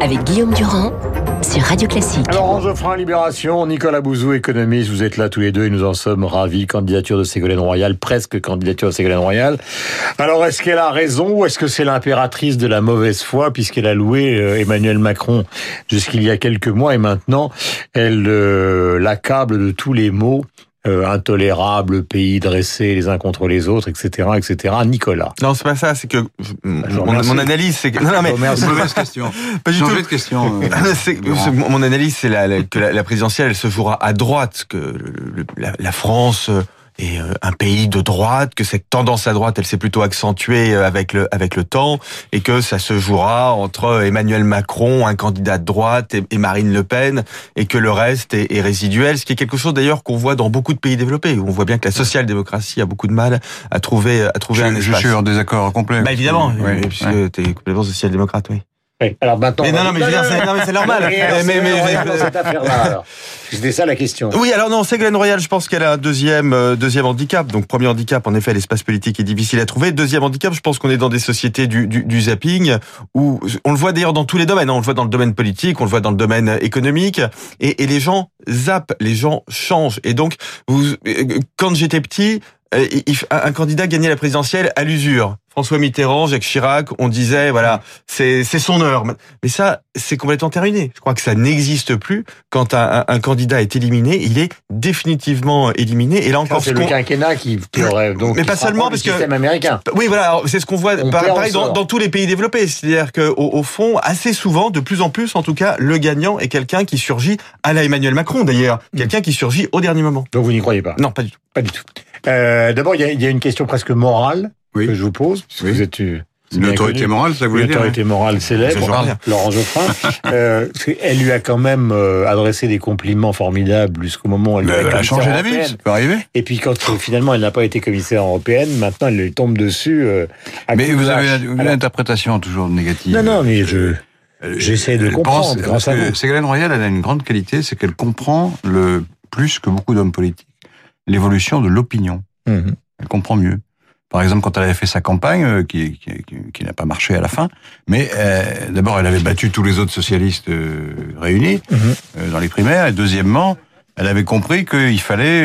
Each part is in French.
avec Guillaume Durand sur Radio Classique. Alors, en Geoffrin, Libération, Nicolas Bouzou, économiste, vous êtes là tous les deux et nous en sommes ravis. Candidature de Ségolène Royal, presque candidature de Ségolène Royal. Alors, est-ce qu'elle a raison ou est-ce que c'est l'impératrice de la mauvaise foi puisqu'elle a loué Emmanuel Macron jusqu'il y a quelques mois et maintenant elle l'accable de tous les mots intolérable, pays dressés les uns contre les autres, etc., etc. Nicolas. Non, c'est pas ça, c'est que mon analyse, c'est que mauvaise question. Pas du Changer tout. de question. Mon analyse, c'est que la présidentielle, elle se jouera à droite, que la France est un pays de droite, que cette tendance à droite, elle s'est plutôt accentuée avec le temps, et que ça se jouera entre Emmanuel Macron, un candidat de droite, et Marine Le Pen, et que le reste est résiduel, ce qui est quelque chose d'ailleurs qu'on voit dans beaucoup de pays développés, où on voit bien que la social-démocratie a beaucoup de mal à trouver un espace. Je suis en désaccord complet. Bah évidemment, oui, puisque t'es complètement social-démocrate, oui. Oui. Alors maintenant. Mais non, mais je veux dire, c'est normal. Dans cette affaire-là, alors. C'était ça la question. Oui, alors non, Ségolène Royal, je pense qu'elle a un deuxième handicap. Donc premier handicap, en effet, l'espace politique est difficile à trouver. Deuxième handicap, je pense qu'on est dans des sociétés du zapping, où on le voit d'ailleurs dans tous les domaines. On le voit dans le domaine politique, on le voit dans le domaine économique, et les gens zappent, les gens changent. Et donc, quand j'étais petit, un candidat gagnait la présidentielle à l'usure. François Mitterrand, Jacques Chirac, on disait, voilà, c'est son heure. Mais ça, c'est complètement terminé. Je crois que ça n'existe plus. Quand un candidat est éliminé, il est définitivement éliminé. Et là encore, c'est le quinquennat qui aurait donc. Mais pas seulement parce que système américain. Oui, voilà, alors, c'est ce qu'on voit pareil dans tous les pays développés. C'est-à-dire que au fond, assez souvent, de plus en plus, en tout cas, le gagnant est quelqu'un qui surgit à la Emmanuel Macron d'ailleurs, quelqu'un qui surgit au dernier moment. Donc vous n'y croyez pas? Non, pas du tout. Pas du tout. D'abord, il y a une question presque morale. Oui. Que je vous pose, parce que vous êtes une autorité morale, ça voulait dire. Une autorité morale célèbre, Laurent Geoffrin. Elle lui a quand même adressé des compliments formidables jusqu'au moment où elle a changé d'avis, ça peut arriver. Et puis quand finalement elle n'a pas été commissaire européenne, maintenant elle lui tombe dessus. Mais vous avez une interprétation toujours négative. Non, mais j'essaie de comprendre. Parce que Ségolène Royal, elle a une grande qualité, c'est qu'elle comprend plus que beaucoup d'hommes politiques l'évolution de l'opinion. Elle comprend mieux. Par exemple, quand elle avait fait sa campagne, qui n'a pas marché à la fin, mais d'abord, elle avait battu tous les autres socialistes réunis dans les primaires, et deuxièmement, elle avait compris qu'il fallait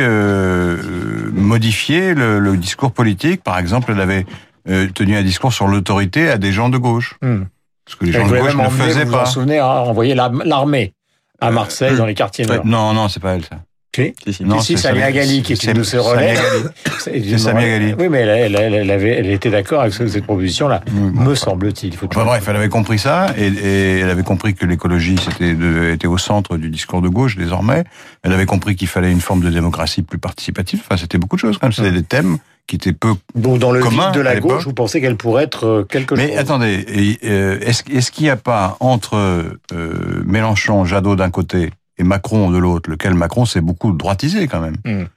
modifier le discours politique. Par exemple, elle avait tenu un discours sur l'autorité à des gens de gauche. Parce que les gens de gauche ne faisaient pas. Vous vous souvenez, envoyer l'armée à Marseille, dans les quartiers nord. Non, c'est pas elle, ça. Si, Samia Ghali, qui est une de ses relais. C'est Samia Ghali. Oui, mais elle était d'accord avec cette proposition-là, me semble-t-il. Bref, elle avait compris ça, et elle avait compris que l'écologie était au centre du discours de gauche, désormais. Elle avait compris qu'il fallait une forme de démocratie plus participative. Enfin, c'était beaucoup de choses, quand même. C'était des thèmes qui étaient peu communs. Donc, dans le vide de la gauche, vous pensez qu'elle pourrait être quelque chose? Mais attendez, est-ce qu'il n'y a pas entre Mélenchon, Jadot d'un côté, et Macron de l'autre, lequel Macron s'est beaucoup droitisé quand même.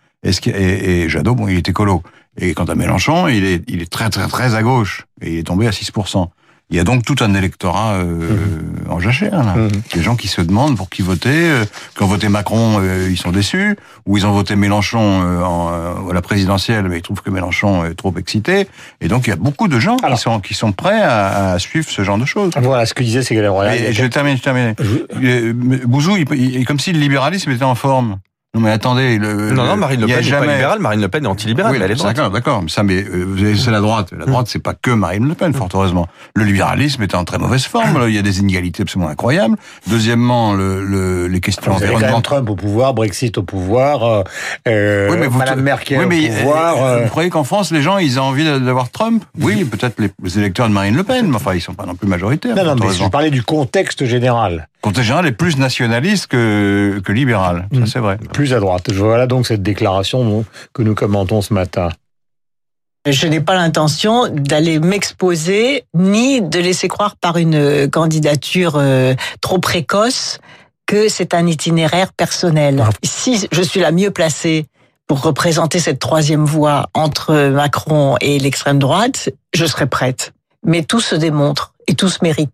Et Jadot, il est écolo. Et quant à Mélenchon, il est très très très à gauche. Et il est tombé à 6%. Il y a donc tout un électorat en jachère, là. Des gens qui se demandent pour qui voter. Qui ont voté Macron, ils sont déçus. Ou ils ont voté Mélenchon à la présidentielle, mais ils trouvent que Mélenchon est trop excité. Et donc il y a beaucoup de gens qui sont prêts à suivre ce genre de choses. Voilà ce que disait Ségolène Royal. Je termine. Bouzou, il comme si le libéralisme était en forme. Non mais attendez, non, Marine Le Pen n'est pas libérale, Marine Le Pen est anti-libérale, mais elle est droite. D'accord, mais c'est la droite. La droite, c'est pas que Marine Le Pen, fort heureusement. Le libéralisme est en très mauvaise forme, il y a des inégalités absolument incroyables. Deuxièmement, les questions environnementales. Trump au pouvoir, Brexit au pouvoir, Madame Merkel au pouvoir. Vous croyez qu'en France, les gens, ils ont envie d'avoir Trump? Oui, peut-être les électeurs de Marine Le Pen, mais enfin, ils sont pas non plus majoritaires. Non, mais je parlais du contexte général. Le contexte général est plus nationaliste que libéral, ça c'est vrai. Plus à droite. Voilà donc cette déclaration que nous commentons ce matin. Je n'ai pas l'intention d'aller m'exposer, ni de laisser croire par une candidature trop précoce que c'est un itinéraire personnel. Si je suis la mieux placée pour représenter cette troisième voie entre Macron et l'extrême droite, je serai prête. Mais tout se démontre et tout se mérite.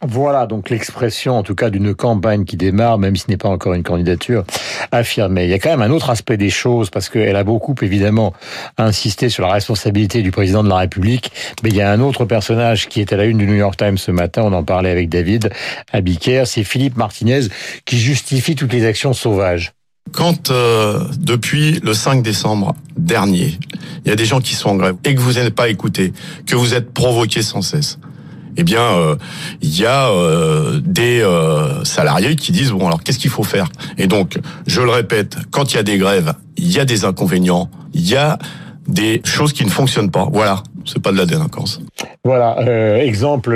Voilà donc l'expression en tout cas d'une campagne qui démarre, même si ce n'est pas encore une candidature affirmée. Il y a quand même un autre aspect des choses, parce qu'elle a beaucoup évidemment insisté sur la responsabilité du président de la République, mais il y a un autre personnage qui est à la une du New York Times ce matin, on en parlait avec David Abiker, c'est Philippe Martinez qui justifie toutes les actions sauvages. Quand depuis le 5 décembre dernier, il y a des gens qui sont en grève et que vous n'êtes pas écoutés, que vous êtes provoqués sans cesse, eh bien, il y a des salariés qui disent bon alors qu'est-ce qu'il faut faire ? Et donc, je le répète, quand il y a des grèves, il y a des inconvénients, il y a des choses qui ne fonctionnent pas. Voilà, c'est pas de la délinquance. Voilà, exemple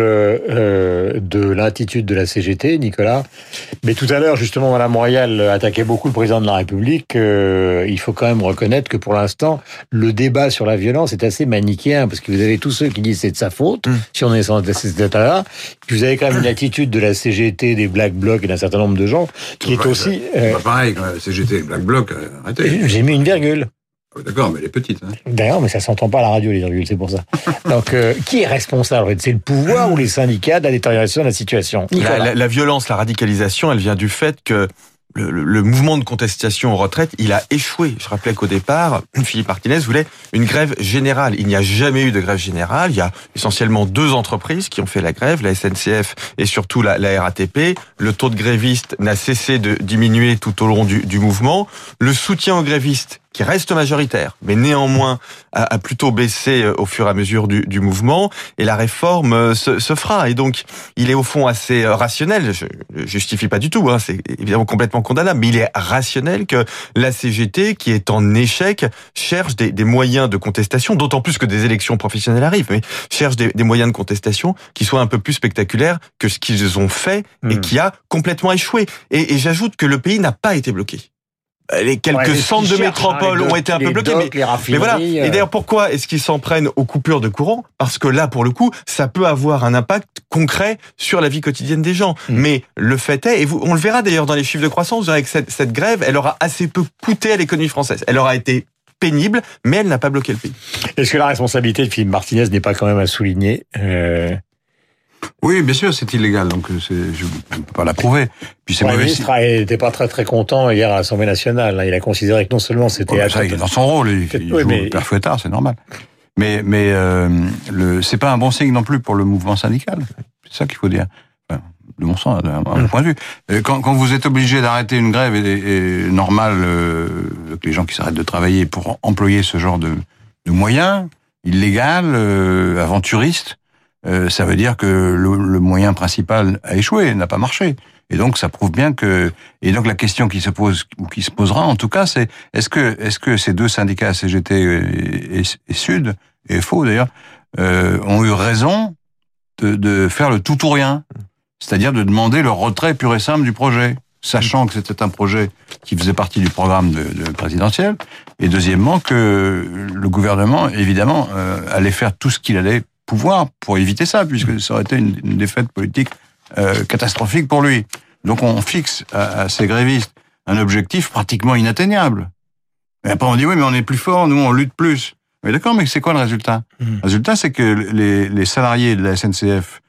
de l'attitude de la CGT, Nicolas. Mais tout à l'heure, justement, Madame Royal attaquait beaucoup le président de la République. Il faut quand même reconnaître que pour l'instant, le débat sur la violence est assez manichéen, parce que vous avez tous ceux qui disent c'est de sa faute, si on est dans cet état-là. Puis vous avez quand même une attitude de la CGT, des Black Blocs et d'un certain nombre de gens qui est aussi... Pas pareil, quand la CGT et Black Bloc, arrêtez. J'ai mis une virgule. D'accord, mais elle est petite. Hein. D'ailleurs, mais ça s'entend pas à la radio, les virgules, c'est pour ça. Donc, qui est responsable ? C'est le pouvoir ou les syndicats de la détérioration de la situation ? La violence, la radicalisation, elle vient du fait que le mouvement de contestation aux retraites, il a échoué. Je rappelais qu'au départ, Philippe Martinez voulait une grève générale. Il n'y a jamais eu de grève générale. Il y a essentiellement 2 entreprises qui ont fait la grève, la SNCF et surtout la RATP. Le taux de grévistes n'a cessé de diminuer tout au long du mouvement. Le soutien aux grévistes, qui reste majoritaire, mais néanmoins a plutôt baissé au fur et à mesure du mouvement, et la réforme se fera. Et donc, il est au fond assez rationnel, je justifie pas du tout, hein, c'est évidemment complètement condamnable, mais il est rationnel que la CGT, qui est en échec, cherche des moyens de contestation, d'autant plus que des élections professionnelles arrivent, mais cherche des moyens de contestation qui soient un peu plus spectaculaires que ce qu'ils ont fait et qui a complètement échoué. Et j'ajoute que le pays n'a pas été bloqué. Les quelques centres de métropole ont été un peu bloqués, mais voilà. Et d'ailleurs, pourquoi est-ce qu'ils s'en prennent aux coupures de courant ? Parce que là, pour le coup, ça peut avoir un impact concret sur la vie quotidienne des gens. Mais le fait est, et on le verra d'ailleurs dans les chiffres de croissance, vous verrez que cette grève, elle aura assez peu coûté à l'économie française. Elle aura été pénible, mais elle n'a pas bloqué le pays. Est-ce que la responsabilité de Philippe Martinez n'est pas quand même à souligner Oui, bien sûr, c'est illégal, donc je ne peux pas l'approuver. Puis c'est le mauvais. ministre n'était pas très content hier à l'Assemblée nationale. Il a considéré que non seulement c'était... Ça, il est dans son rôle, il joue le père Fouettard, c'est normal. Mais c'est pas un bon signe non plus pour le mouvement syndical. C'est ça qu'il faut dire. Enfin, de mon sens, à mon point de vue. Quand vous êtes obligé d'arrêter une grève, et normal que les gens qui s'arrêtent de travailler pour employer ce genre de moyens, illégal, aventuriste, ça veut dire que le moyen principal a échoué, n'a pas marché. Et donc, ça prouve bien que... Et donc, la question qui se pose, ou qui se posera, en tout cas, c'est est-ce que ces 2 syndicats, CGT et Sud, et FO d'ailleurs, ont eu raison de faire le tout ou rien, c'est-à-dire de demander le retrait pur et simple du projet, sachant que c'était un projet qui faisait partie du programme de présidentiel, et deuxièmement, que le gouvernement, évidemment, allait faire tout ce qu'il allait pouvoir pour éviter ça, puisque ça aurait été une défaite politique catastrophique pour lui. Donc on fixe à ces grévistes un objectif pratiquement inatteignable. Et après on dit oui, mais on est plus fort, nous on lutte plus. Mais d'accord, mais c'est quoi le résultat ? Le résultat, c'est que les salariés de la SNCF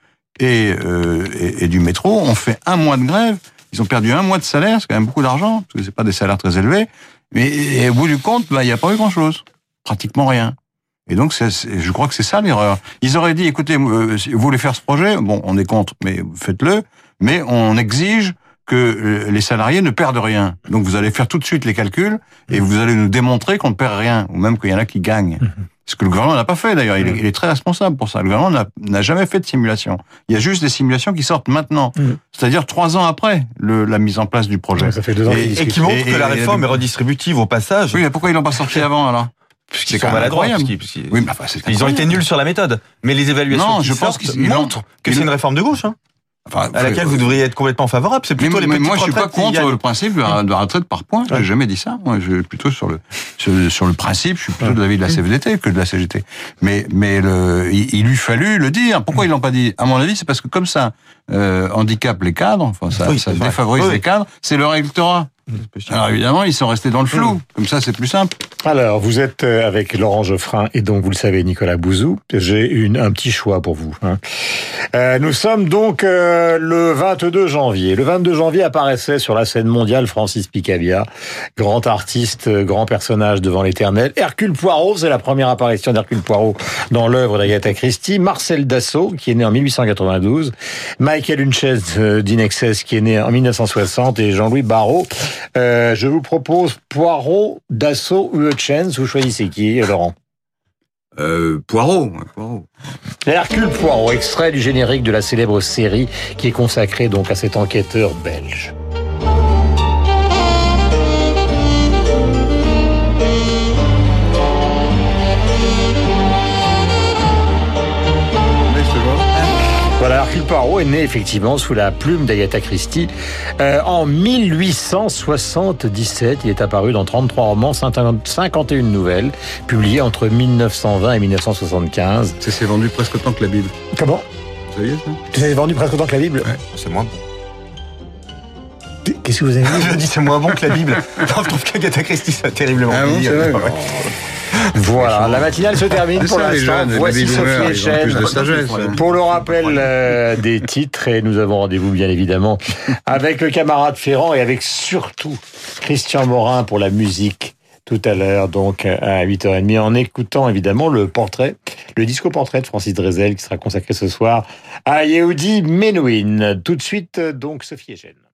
et du métro ont fait 1 mois de grève, ils ont perdu 1 mois de salaire, c'est quand même beaucoup d'argent, parce que c'est pas des salaires très élevés, mais au bout du compte, il n'y a pas eu grand-chose. Pratiquement rien. Et donc, je crois que c'est ça l'erreur. Ils auraient dit, écoutez, si vous voulez faire ce projet, bon, on est contre, mais faites-le, mais on exige que les salariés ne perdent rien. Donc, vous allez faire tout de suite les calculs, et vous allez nous démontrer qu'on ne perd rien, ou même qu'il y en a qui gagnent. Ce que le gouvernement n'a pas fait, d'ailleurs. Il est très responsable pour ça. Le gouvernement n'a jamais fait de simulation. Il y a juste des simulations qui sortent maintenant. C'est-à-dire 3 ans après la mise en place du projet. Ça fait 2 ans et qui montrent que la réforme est redistributive au passage. Oui, mais pourquoi ils l'ont pas sorti avant, alors ? Puisqu'ils sont maladroits. Oui, mais enfin, ils ont été nuls sur la méthode. Mais les évaluations montrent que c'est une réforme de gauche, à laquelle vous devriez être complètement favorable. C'est plutôt les petites retraites. Moi, je suis pas contre le principe de la retraite par points. J'ai jamais dit ça. Moi, je suis plutôt sur le principe. Je suis plutôt de l'avis de la CFDT que de la CGT. Mais il lui fallut le dire. Pourquoi ils l'ont pas dit ? À mon avis, c'est parce que comme ça handicape les cadres. Enfin, ça défavorise les cadres. C'est leur électorat. Alors évidemment, ils sont restés dans le flou. Comme ça, c'est plus simple. Alors, vous êtes avec Laurent Geoffrin et donc, vous le savez, Nicolas Bouzou. J'ai un petit choix pour vous. Nous sommes donc le 22 janvier. Le 22 janvier apparaissait sur la scène mondiale Francis Picabia, grand artiste, grand personnage devant l'éternel. Hercule Poirot, c'est la première apparition d'Hercule Poirot dans l'œuvre d'Agatha Christie. Marcel Dassault, qui est né en 1892. Michael Hutchence d'Inexcess, qui est né en 1960. Et Jean-Louis Barrault. Je vous propose Poirot, Dassault ou Hutchence. Vous choisissez qui, Laurent? Poirot. Hercule Poirot, extrait du générique de la célèbre série qui est consacrée donc à cet enquêteur belge. Voilà, Hercule Poirot est né effectivement sous la plume d'Agatha Christie en 1877. Il est apparu dans 33 romans, 51 nouvelles, publiées entre 1920 et 1975. Ça s'est vendu presque autant que la Bible. Comment? Vous saviez ça? Tu s'est vendu presque autant que la Bible? Ouais, c'est moins bon. Qu'est-ce que vous avez dit? Je dis c'est moins bon que la Bible. Non, je trouve qu'Agatha Christie, c'est terriblement bon, c'est vrai. Voilà, la matinale se termine pour l'instant. Voici Sophie Echêne pour le rappel des titres et nous avons rendez-vous bien évidemment avec le camarade Ferrand et avec surtout Christian Morin pour la musique tout à l'heure, donc à 8h30 en écoutant évidemment le disco portrait de Francis Drezel qui sera consacré ce soir à Yehudi Menuhin. Tout de suite donc Sophie Echêne.